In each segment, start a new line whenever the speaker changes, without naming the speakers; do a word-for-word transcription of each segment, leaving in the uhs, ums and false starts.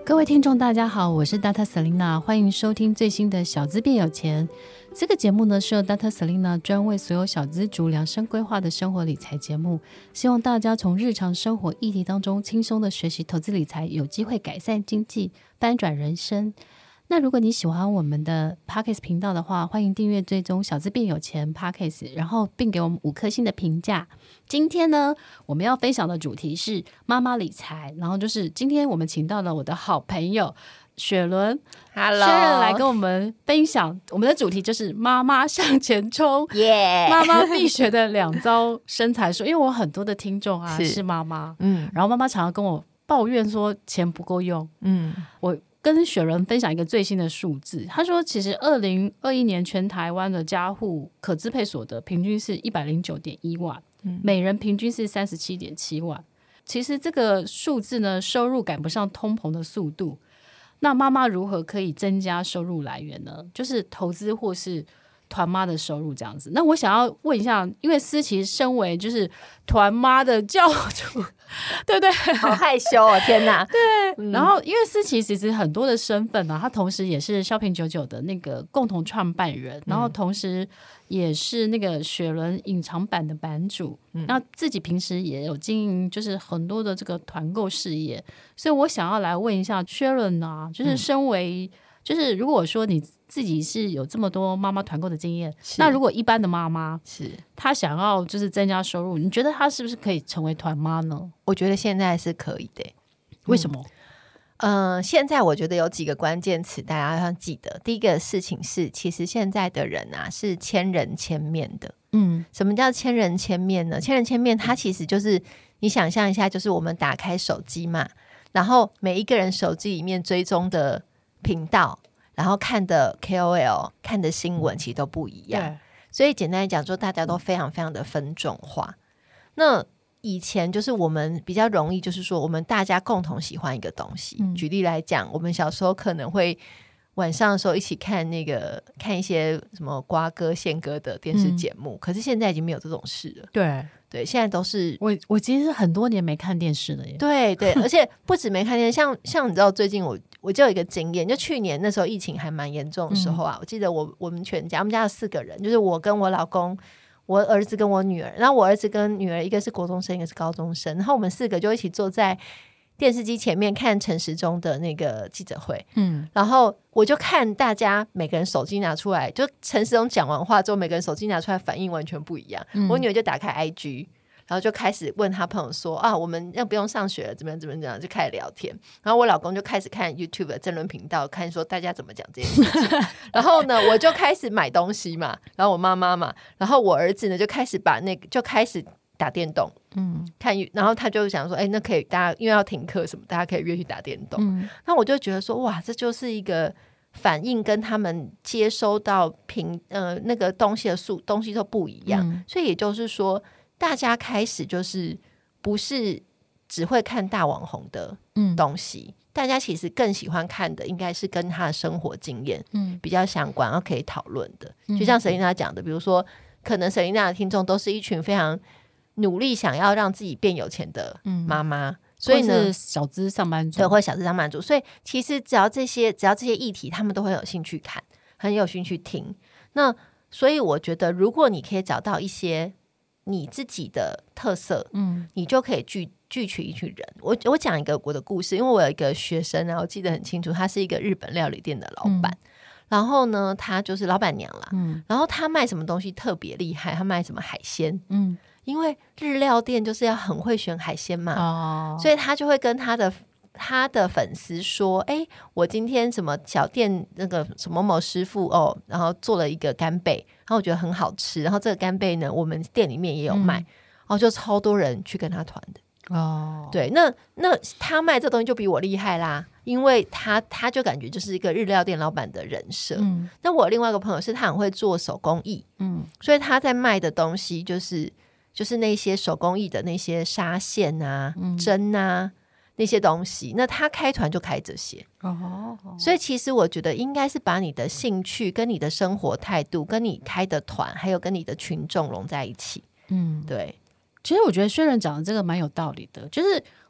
各位听众大家好，我是 Dr. Selena， 欢迎收听最新的小资变有钱。这个节目呢是由 Dr. Selena 专为所有小资族量身规划的生活理财节目，希望大家从日常生活议题当中轻松的学习投资理财，有机会改善经济，翻转人生。那如果你喜欢我们的 Podcast 频道的话，欢迎订阅追踪小资变有钱 Podcast， 然后并给我们五颗星的评价。今天呢我们要分享的主题是妈妈理财，然后就是今天我们请到了我的好朋友雪伦
Hello
薛仁来跟我们分享，我们的主题就是妈妈向前冲，
yeah
妈妈必学的两招身材术。因为我很多的听众啊 是, 是妈妈，嗯，然后妈妈常常跟我抱怨说钱不够用，嗯，我跟雪人分享一个最新的数字，他说其实二零二一年全台湾的家户可支配所得平均是一百零九点一万、嗯、每人平均是三十七点七万。其实这个数字呢，收入赶不上通膨的速度。那妈妈如何可以增加收入来源呢？就是投资或是团妈的收入这样子。那我想要问一下，因为思琪身为就是团妈的教主对不对？
好害羞哦，天哪。
对、嗯、然后因为思琪其实很多的身份啊，她同时也是shopping九九的那个共同创办人、嗯、然后同时也是那个雪伦隐藏版的版主、嗯、然后自己平时也有经营就是很多的这个团购事业。所以我想要来问一下雪伦啊，就是身为、嗯就是如果说你自己是有这么多妈妈团购的经验，那如果一般的妈妈是她想要就是增加收入，你觉得她是不是可以成为团妈呢？
我觉得现在是可以的。
为什么？
嗯、呃，现在我觉得有几个关键词大家要记得。第一个事情是，其实现在的人啊是千人千面的。嗯，什么叫千人千面呢？千人千面它其实就是你想象一下，就是我们打开手机嘛，然后每一个人手机里面追踪的频道，然后看的 K O L 看的新闻其实都不一样，所以简单来讲说大家都非常非常的分众化。那以前就是我们比较容易就是说我们大家共同喜欢一个东西、嗯、举例来讲，我们小时候可能会晚上的时候一起看那个看一些什么瓜歌宪歌的电视节目、嗯、可是现在已经没有这种事了。
对
对，现在都是
我我其实很多年没看电视了耶。
对对，而且不止没看电视，像像你知道最近我我就有一个经验，就去年那时候疫情还蛮严重的时候啊、嗯、我记得我我们全家我们家有四个人，就是我跟我老公我儿子跟我女儿，然后我儿子跟女儿一个是国中生一个是高中生，然后我们四个就一起坐在电视机前面看陈时中的那个记者会，嗯，然后我就看大家每个人手机拿出来，就陈时中讲完话之后每个人手机拿出来反应完全不一样、嗯、我女儿就打开 I G，然后就开始问他朋友说啊，我们要不用上学了，怎么样怎么样，就开始聊天。然后我老公就开始看 YouTube 的政论频道，看说大家怎么讲这件事情。然后呢，我就开始买东西嘛，然后我妈妈嘛，然后我儿子呢就开始把那个就开始打电动，嗯，看，然后他就想说，哎，那可以大家因为要停课什么，大家可以约去打电动。嗯，那我就觉得说，哇，这就是一个反应跟他们接收到平呃那个东西的数东西都不一样、嗯，所以也就是说。大家开始就是不是只会看大网红的东西、嗯、大家其实更喜欢看的应该是跟他的生活经验比较相关然后可以讨论的、嗯、就像Selena讲的，比如说可能Selena的听众都是一群非常努力想要让自己变有钱的妈妈、嗯、所以呢
或是小资上班族，
对，或小资上班族，所以其实只要这些只要这些议题他们都会有兴趣看，很有兴趣听。那所以我觉得如果你可以找到一些你自己的特色，嗯，你就可以聚聚取一群人。我我讲一个我的故事，因为我有一个学生啊，我记得很清楚，他是一个日本料理店的老板、嗯、然后呢他就是老板娘啦、嗯、然后他卖什么东西特别厉害，他卖什么海鲜，嗯，因为日料店就是要很会选海鲜嘛、哦、所以他就会跟他的他的粉丝说，哎，我今天什么小店那个什么某师傅哦，然后做了一个干贝，然后我觉得很好吃，然后这个干贝呢我们店里面也有卖、嗯、然后就超多人去跟他团的哦。对，那那他卖这东西就比我厉害啦，因为他他就感觉就是一个日料店老板的人设、嗯、那我另外一个朋友是他很会做手工艺，嗯，所以他在卖的东西就是就是那些手工艺的那些纱线啊、嗯、针啊那些东西，那他开团就开这些、哦、所以其实我觉得应该是把你的兴趣跟你的生活态度跟你开的团还有跟你的群众融在一起。嗯，对，
其实我觉得薛仁讲的这个蛮有道理的，就是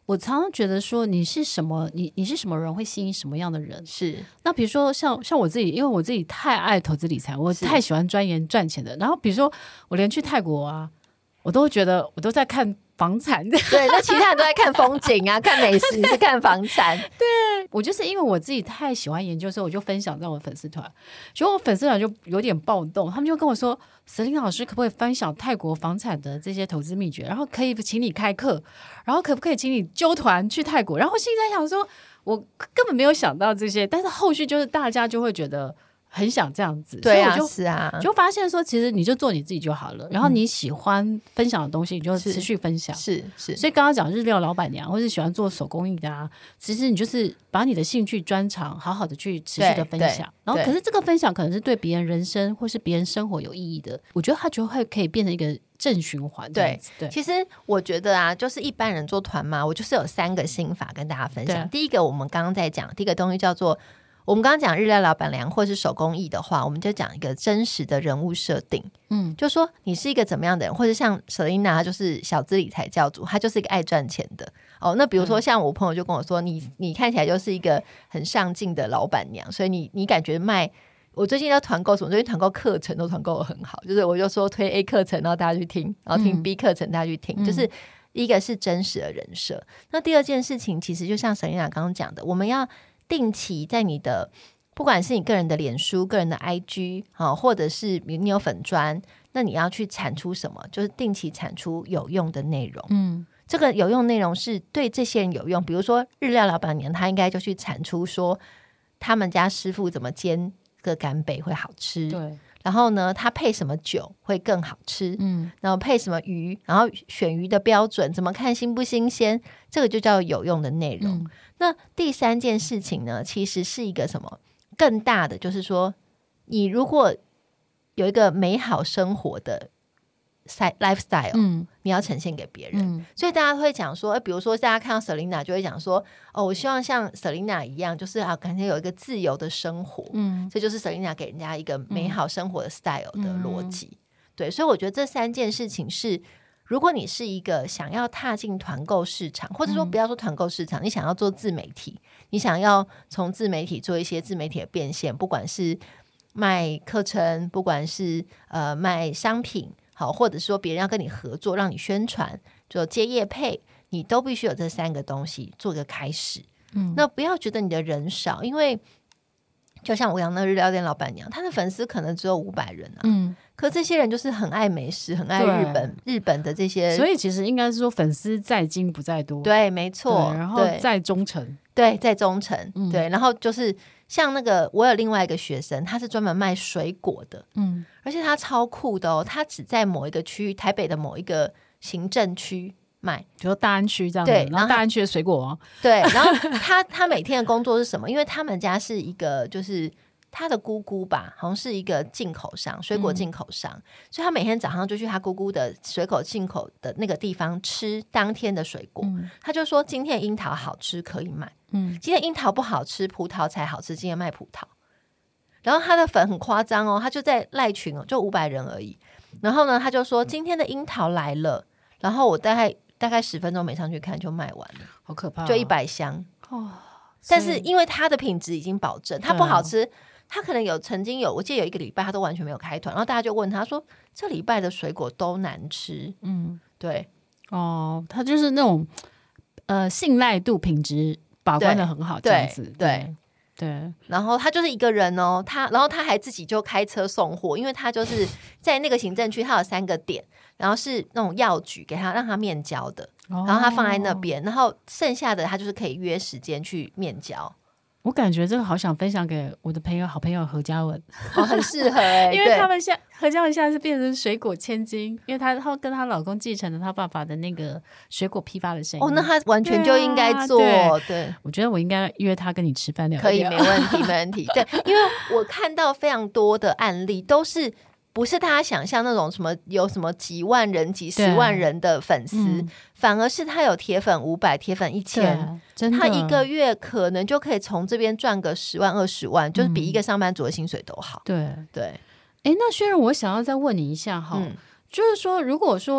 我常常觉得说你是什么，你你是什么人会吸引什么样的人。
是，
那比如说像像我自己，因为我自己太爱投资理财，我太喜欢钻研赚钱的。然后比如说我连去泰国啊，我都会觉得我都在看房产。
对，那其他人都在看风景啊，看美食，是看房产。
对，我就是因为我自己太喜欢研究，所以我就分享在我粉丝团，结果我粉丝团就有点暴动，他们就跟我说Selina老师可不可以分享泰国房产的这些投资秘诀，然后可以请你开课，然后可不可以请你揪团去泰国。然后我现在想说我根本没有想到这些，但是后续就是大家就会觉得很想这样子。
对啊，
所以我就是
啊，
就发现说其实你就做你自己就好了，然后你喜欢分享的东西你就持续分享。
是 是, 是，
所以刚刚讲日料老板娘或是喜欢做手工艺的啊，其实你就是把你的兴趣专长好好的去持续的分享，然后可是这个分享可能是对别人人生或是别人生活有意义的，我觉得它就会可以变成一个正循环。对
对，其实我觉得啊，就是一般人做团嘛，我就是有三个心法跟大家分享。第一个我们刚刚在讲，第一个东西叫做我们刚刚讲日料老板娘或是手工艺的话，我们就讲一个真实的人物设定。嗯，就说你是一个怎么样的人，或者像 Selina 她就是小资理财教主，她就是一个爱赚钱的。哦，那比如说像我朋友就跟我说，嗯、你你看起来就是一个很上进的老板娘，所以你你感觉卖。我最近要团购什么？最近团购课程都团购得很好，就是我就说推 A 课程，然后大家去听，然后听 B 课程，大家去听，嗯、就是一个是真实的人设。那第二件事情，其实就像 Selina 刚刚讲的，我们要定期在你的不管是你个人的脸书、个人的 I G、哦、或者是你有粉专，那你要去产出什么？就是定期产出有用的内容。嗯，这个有用内容是对这些人有用，比如说日料老板娘，她应该就去产出说他们家师傅怎么煎个干贝会好吃，
对，
然后呢他配什么酒会更好吃，嗯，然后配什么鱼，然后选鱼的标准怎么看新不新鲜，这个就叫有用的内容。嗯，那第三件事情呢，其实是一个什么更大的，就是说你如果有一个美好生活的lifestyle、嗯、你要呈现给别人、嗯、所以大家会讲说，比如说大家看到 Selina 就会讲说，哦，我希望像 Selina 一样，就是啊，感觉有一个自由的生活，嗯，这就是 Selina 给人家一个美好生活的 style 的逻辑、嗯、对，所以我觉得这三件事情是，如果你是一个想要踏进团购市场，或者说不要说团购市场、嗯、你想要做自媒体，你想要从自媒体做一些自媒体的变现，不管是卖课程，不管是呃卖商品，好，或者说别人要跟你合作让你宣传，就接业配，你都必须有这三个东西做个开始、嗯、那不要觉得你的人少，因为就像我讲那日料店老板娘，她的粉丝可能只有五百人啊、嗯、可这些人就是很爱美食，很爱日本日本的这些，
所以其实应该是说粉丝在精不在多，
对，没错，
然后在忠诚，
对，在忠诚、嗯、对，然后就是像那个我有另外一个学生，他是专门卖水果的，嗯，而且他超酷的哦，他只在某一个区域，台北的某一个行政区卖，
比如大安区这样子，
对，
然后大安区的水果王，
对，然后他他每天的工作是什么？因为他们家是一个就是他的姑姑吧，好像是一个进口商，水果进口商、嗯、所以他每天早上就去他姑姑的水果进口的那个地方吃当天的水果、嗯、他就说今天的樱桃好吃可以买，嗯，今天樱桃不好吃，葡萄才好吃，今天卖葡萄。然后他的粉很夸张哦，他就在赖群哦，就五百人而已。然后呢，他就说今天的樱桃来了，然后我大概大概十分钟没上去看就卖完了，
好可怕、哦，
就一百箱哦。但是因为他的品质已经保证，他不好吃，他可能有曾经有，我记得有一个礼拜他都完全没有开团，然后大家就问他说，这礼拜的水果都难吃，嗯，对，
哦，他就是那种呃信赖度品质把关的很好，这样子，
对。对对，然后他就是一个人哦，他然后他还自己就开车送货，因为他就是在那个行政区，他有三个点，然后是那种药局给他让他面交的，哦、然后他放在那边，然后剩下的他就是可以约时间去面交。
我感觉这个好想分享给我的朋友好朋友何嘉文、
哦、很适合、欸、
因为他们现何嘉文现在是变成水果千金，因为她她跟她老公继承了她爸爸的那个水果批发的生意。
哦，那她完全就应该做。 对,、啊、对, 对，
我觉得我应该约她跟你吃饭聊聊。
可以，没问题没问题。对，因为我看到非常多的案例都是不是大家想象那种什么有什么几万人几十万人的粉丝、嗯、反而是他有铁粉五百铁粉一千，他一个月可能就可以从这边赚个十万二十万、嗯、就是比一个上班族的薪水都好。对对，
哎，那薛仁我想要再问你一下哈、嗯，就是说如果说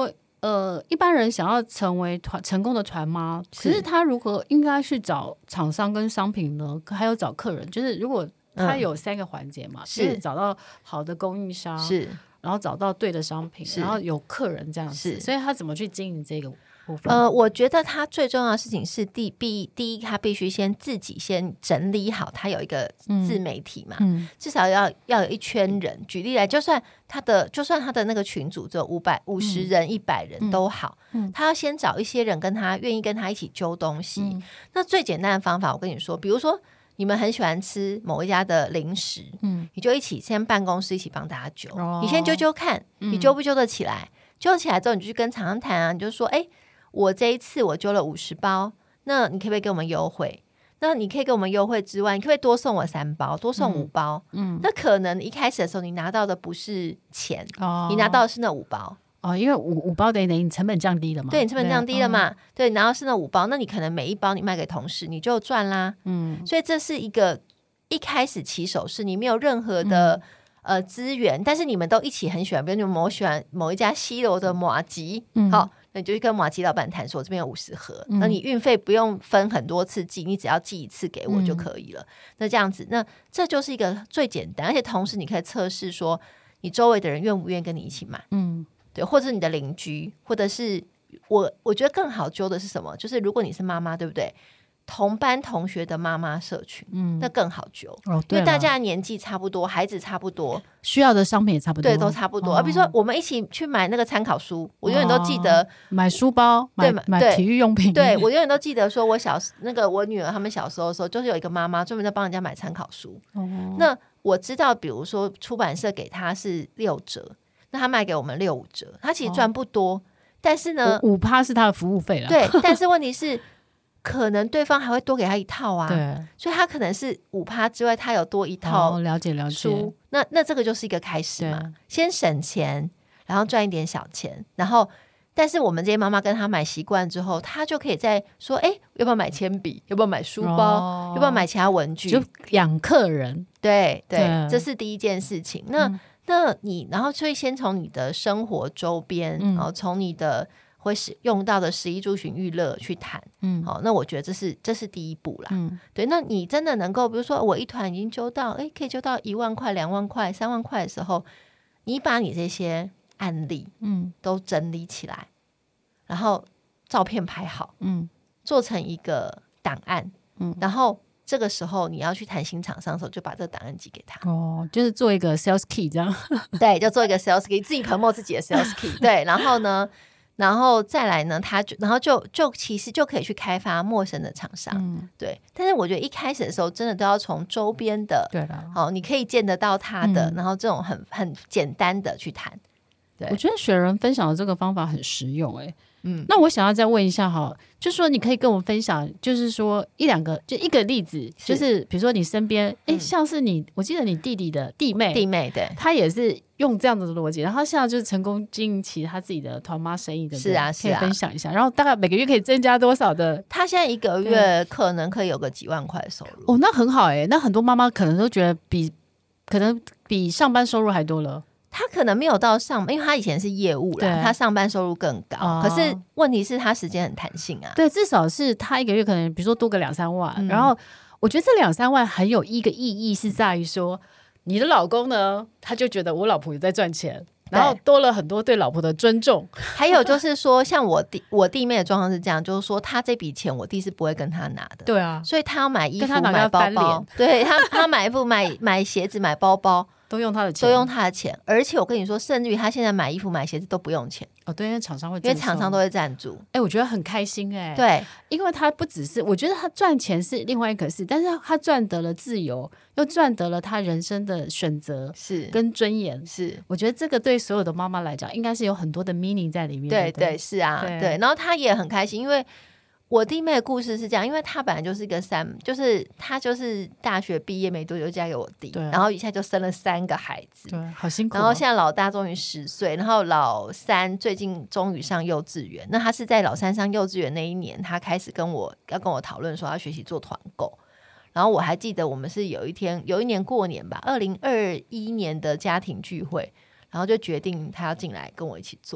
呃，一般人想要成为团成功的团妈，可是他如何应该去找厂商跟商品呢？还有找客人，就是如果他有三个环节嘛，嗯、是找到好的供应商，
是，
然后找到对的商品，然后有客人这样子，所以他怎么去经营这个？
呃，我觉得他最重要的事情是第第第一，他必须先自己先整理好，他有一个自媒体嘛，嗯、至少要要有一圈人。举例来，就算他的就算他的那个群组只有五百五十人、一百人都好，嗯、他要先找一些人跟他愿意跟他一起揪东西。嗯、那最简单的方法，我跟你说，比如说你们很喜欢吃某一家的零食，嗯、你就一起先办公室一起帮大家揪，哦、你先揪揪看，你揪不揪得起来？揪起来之后，你就去跟厂商谈啊，你就说，哎。我这一次我揪了五十包，那你可不可以给我们优惠？那你可以给我们优惠之外，你可不可以多送我三包，多送五包？嗯，那可能一开始的时候你拿到的不是钱，哦、你拿到的是那五包
哦，因为五五包等于等于你成本降低了嘛，
对，你成本降低了嘛，对，然后是那五包，那你可能每一包你卖给同事，你就赚啦，嗯，所以这是一个一开始起手是你没有任何的、嗯、呃资源，但是你们都一起很喜欢，比如你们某喜欢某一家西楼的麻糬，嗯，好。那你就去跟麻糬老板谈说，我这边有五十盒，嗯、那你运费不用分很多次寄，你只要寄一次给我就可以了。嗯、那这样子，那这就是一个最简单，而且同时你可以测试说，你周围的人愿不愿意跟你一起买，嗯，对，或者是你的邻居，或者是我，我觉得更好揪的是什么？就是如果你是妈妈，对不对？同班同学的妈妈社群，嗯，那更好揪，哦、因为大家的年纪差不多，孩子差不多，
需要的商品也差不多，
对，都差不多。而、哦、比如说，我们一起去买那个参考书，我永远都记得、哦、
买书包，买
对
买体育用品，
对我永远都记得说，我小那个我女儿他们小时候的时候，就是有一个妈妈专门在帮人家买参考书。哦、那我知道，比如说出版社给他是六折，那他卖给我们六五折，他其实赚不多，哦、但是呢，
五趴是他的服务费啦。
对，但是问题是。可能对方还会多给他一套啊，
对，
所以他可能是五趴之外，他有多一套、
哦、了解了解。
那那这个就是一个开始嘛，先省钱，然后赚一点小钱，然后但是我们这些妈妈跟他买习惯之后，他就可以再说，哎，要不要买铅笔？要不要买书包？哦、要不要买其他文具？
就养客人，
对 对, 对，这是第一件事情。那、嗯、那你然后所以先从你的生活周边，嗯、然后从你的。会使用到的食衣住行娱乐去谈，嗯，好，那我觉得这是这是第一步啦，嗯，对，那你真的能够，比如说我一团已经揪到，哎，可以揪到一万块、两万块、三万块的时候，你把你这些案例，嗯，都整理起来，然后照片拍好，嗯，做成一个档案，嗯，然后这个时候你要去谈新厂商的时候，就把这个档案寄给他，
哦，就是做一个 sales key 这样，
对，就做一个 sales key， 自己 promote 自己的 sales key， 对，然后呢。然后再来呢，他就然后就就其实就可以去开发陌生的厂商，嗯、对。但是我觉得一开始的时候，真的都要从周边的，
对了，
好、哦，你可以见得到他的，嗯、然后这种很很简单的去谈。对，
我觉得雪人分享的这个方法很实用、欸，哎，嗯。那我想要再问一下哈，就是说你可以跟我们分享，就是说一两个，就一个例子，是就是比如说你身边，哎、嗯，像是你，我记得你弟弟的弟妹，
弟妹对，
他也是。用这样子的逻辑，然后他现在就是成功经营起他自己的团妈生意的，
是啊，是啊，
可以分享一下。然后大概每个月可以增加多少的？
他现在一个月可能可以有个几万块收入
哦，那很好哎、欸。那很多妈妈可能都觉得比可能比上班收入还多了。
他可能没有到上，因为他以前是业务啦，他上班收入更高。哦、可是问题是他时间很弹性啊。
对，至少是他一个月可能比如说多个两三万，嗯、然后我觉得这两三万很有一个意义是在于说。你的老公呢，他就觉得我老婆有在赚钱，然后多了很多对老婆的尊重。
还有就是说，像我弟我弟妹的状况是这样，就是说他这笔钱我弟是不会跟他拿的，
对啊，
所以他要买衣服、买包包，对他他买衣服、买买鞋子、买包包
都用他的钱，
都用他的钱。而且我跟你说，甚至于他现在买衣服、买鞋子都不用钱。
哦，对，因为厂商会，
因为厂商都会赞助。
哎、欸，我觉得很开心哎、欸。
对，
因为他不只是，我觉得他赚钱是另外一个事，但是他赚得了自由，又赚得了他人生的选择是跟尊严。
是，
我觉得这个对所有的妈妈来讲，应该是有很多的 meaning 在里面。
对 对, 对，是啊，对, 对。然后他也很开心，因为。我弟妹的故事是这样，因为她本来就是一个三，就是她就是大学毕业没多久就嫁给我弟，然后一下就生了三个孩子，
对，好辛苦、哦。
然后现在老大终于十岁，然后老三最近终于上幼稚园。那他是在老三上幼稚园那一年，他开始跟我要跟我讨论说要学习做团购。然后我还记得我们是有一天有一年过年吧，二零二一年的家庭聚会，然后就决定他要进来跟我一起做。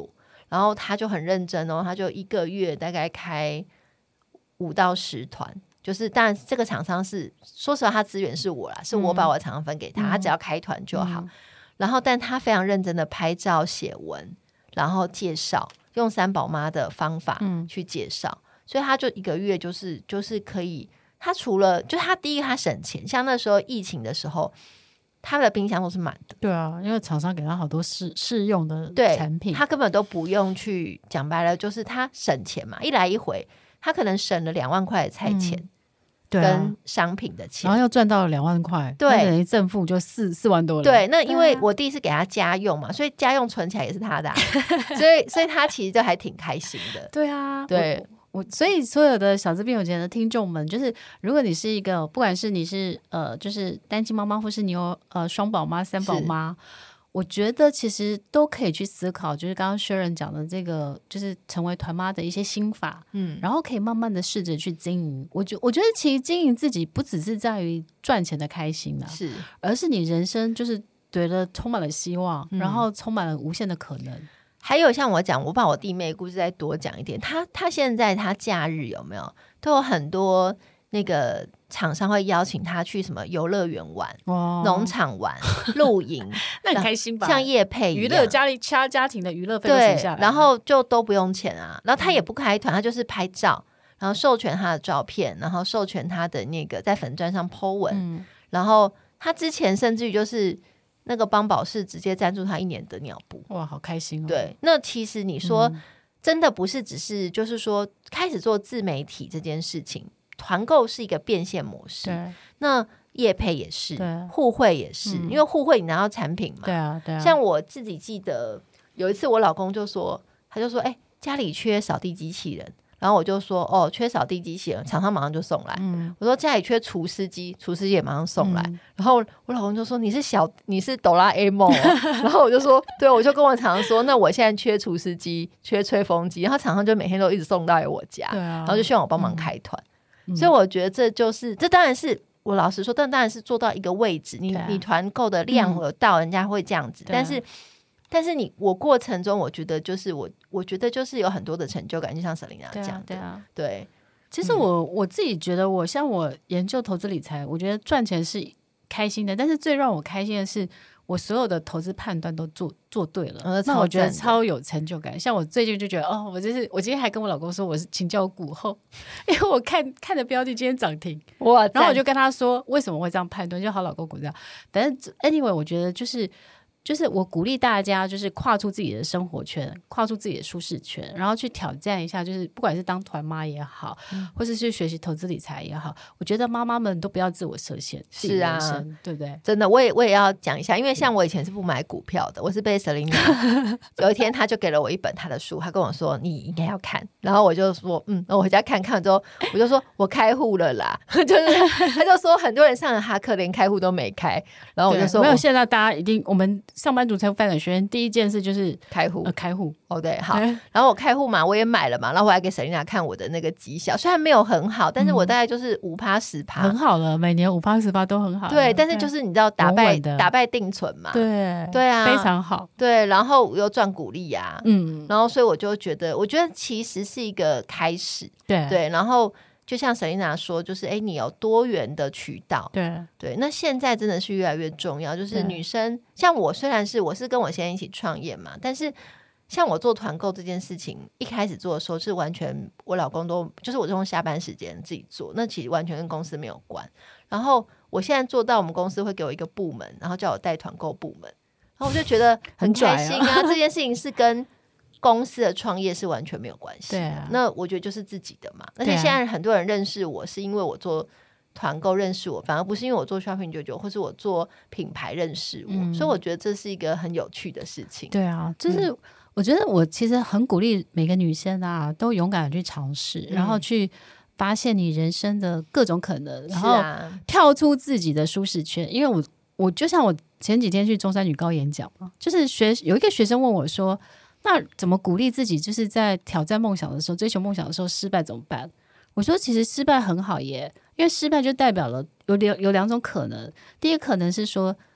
然后他就很认真哦，他就一个月大概开五到十团，就是当然这个厂商是说实话他资源是我啦，是我把我的厂商分给他、嗯、他只要开团就好、嗯、然后但他非常认真的拍照写文，然后介绍用三宝妈的方法去介绍、嗯、所以他就一个月就是就是可以，他除了就他第一个他省钱，像那时候疫情的时候他的冰箱都是满的。
对啊，因为厂商给他好多试试用的产品，
他根本都不用去，讲白了就是他省钱嘛，一来一回他可能省了两万块的菜钱、嗯对啊、跟商品的钱，
然后又赚到了两万块，对，等于正负就四四万多了。
对，那因为我弟是给他家用嘛，所以家用存起来也是他的、啊、所以所以他其实就还挺开心的。
对啊，
对。
我所以所有的小资变有钱的听众们，就是如果你是一个不管是你是呃就是单亲妈妈，或是你有呃双宝妈三宝妈，我觉得其实都可以去思考，就是刚刚Sharon讲的这个就是成为团妈的一些心法，嗯，然后可以慢慢的试着去经营。我觉我觉得其实经营自己不只是在于赚钱的开心啊，
是，
而是你人生就是觉得充满了希望、嗯、然后充满了无限的可能。
还有像我讲，我把我弟妹的故事再多讲一点，他他现在他假日有没有都有很多那个厂商会邀请他去什么游乐园玩、农场玩、露营
那很开心吧，
像业配一样，
娱乐家里家家庭的娱乐费都省下来，
然后就都不用钱啊，然后他也不开团、嗯、他就是拍照，然后授权他的照片，然后授权他的那个在粉专上 po 文、嗯、然后他之前甚至于就是那个邦宝适直接赞助他一年的尿布。
哇，好开心哦。
对，那其实你说、嗯、真的不是只是就是说开始做自媒体这件事情，团购是一个变现模式，
对，
那业配也是，互惠也是、嗯、因为互惠你拿到产品嘛。
对啊对啊，
像我自己记得有一次我老公就说，他就说哎、欸，家里缺扫地机器人，然后我就说哦，缺扫地机器人，厂商马上就送来、嗯、我说家里缺除湿机，除湿机也马上送来、嗯、然后我老公就说你是小你是哆啦 A 梦、哦、然后我就说对，我就跟我厂商说那我现在缺除湿机缺吹风机，然后厂商就每天都一直送到我家、啊、然后就希望我帮忙开团、嗯、所以我觉得这就是这当然是我老实说，但当然是做到一个位置，你、啊、你团购的量有到、嗯、人家会这样子、啊、但是但是你我过程中我觉得就是我我觉得就是有很多的成就感，就像 Selina 讲的，
对啊，
对。
其实我、嗯、我自己觉得我像我研究投资理财，我觉得赚钱是开心的，但是最让我开心的是我所有的投资判断都做做对了、嗯、那我觉得超有成就感。像我最近就觉得哦，我就是我今天还跟我老公说我是请教股后，因为我看看的标的今天涨停，哇，然后我就跟他说为什么会这样判断，就好老公股这样。反正 anyway 我觉得就是就是我鼓励大家就是跨出自己的生活圈，跨出自己的舒适圈，然后去挑战一下，就是不管是当团妈也好、嗯、或是去学习投资理财也好，我觉得妈妈们都不要自我设限，
是啊，
对不对？
真的，我也我也要讲一下，因为像我以前是不买股票的，我是被 Selina 有一天他就给了我一本他的书，他跟我说你应该要看，然后我就说嗯，我回家看看了之后我就说我开户了啦就是他就说很多人上了哈课连开户都没开，然后我就说
没有，现在大家一定我们上班族财富发展学院第一件事就是
开户、
呃、开户
哦对，好，然后我开户嘛，我也买了嘛，然后我还给 Selina 看我的那个绩效，虽然没有很好，但是我大概就是 百分之五 百分之十
很好了，每年 百分之五 百分之十 都很好，
对，但是就是你知道打败打败定存嘛，
对
对啊，
非常好，
对，然后又赚股利啊，嗯，然后所以我就觉得我觉得其实是一个开始，
对
对，然后就像 Selina 说，就是哎，你有多元的渠道，
对
对。那现在真的是越来越重要，就是女生像我，虽然是我是跟我先生一起创业嘛，但是像我做团购这件事情，一开始做的时候是完全我老公都就是我这种下班时间自己做，那其实完全跟公司没有关。然后我现在做到我们公司会给我一个部门，然后叫我带团购部门，然后我就觉得很开心啊。这件事情是跟公司的创业是完全没有关系的，对啊，那我觉得就是自己的嘛。而且现在很多人认识我是因为我做团购认识我，反而不是因为我做 shopping 九九或是我做品牌认识我、嗯、所以我觉得这是一个很有趣的事情。
对啊，就是我觉得我其实很鼓励每个女生啊都勇敢的去尝试、嗯、然后去发现你人生的各种可能，然后跳出自己的舒适圈。因为我我就像我前几天去中山女高演讲嘛，就是学有一个学生问我说那怎么鼓励自己就是在挑战梦想的时候追求梦想的时候失败怎么办？我说其实失败很好耶，因为失败就代表了有两有两种可能。第一个可能是说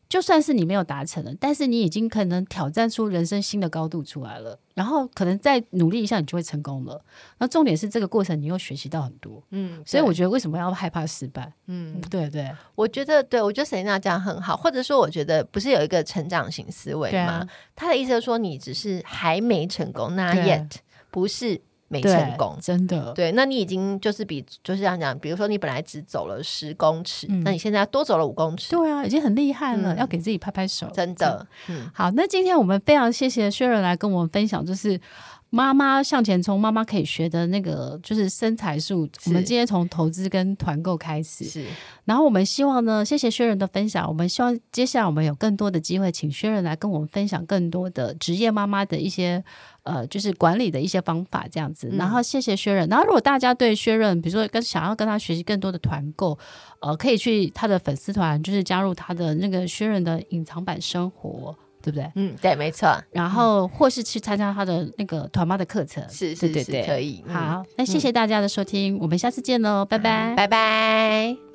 就算是你没有达成了，但是你已经可能挑战出人生新的高度出来了，然后可能再努力一下你就会成功了。那重点是这个过程你又学习到很多，嗯，所以我觉得为什么要害怕失败？嗯，对对，
我觉得对，我觉得Selena这样很好，或者说我觉得不是有一个成长型思维吗？啊、他的意思是说你只是还没成功 ，not yet， 不是没成功，
真的
对。那你已经就是比就是这样讲，比如说你本来只走了十公尺、嗯，那你现在多走了五公尺，
对啊，已经很厉害了、嗯，要给自己拍拍手，
真的。嗯，
好，那今天我们非常谢谢薛仁来跟我们分享，就是妈妈向前冲，妈妈可以学的那个就是生财术。我们今天从投资跟团购开始，是。然后我们希望呢，谢谢薛仁的分享，我们希望接下来我们有更多的机会，请薛仁来跟我们分享更多的职业妈妈的一些呃，就是管理的一些方法这样子。然后谢谢薛仁。然后如果大家对薛仁，比如说跟想要跟他学习更多的团购，呃，可以去他的粉丝团，就是加入他的那个薛仁的隐藏版生活。对不对？
嗯，对，没错。
然后、嗯、或是去参加他的那个团妈的课程，
是是是，对对对，可以。
好、嗯，那谢谢大家的收听，嗯、我们下次见喽，拜拜，
拜拜。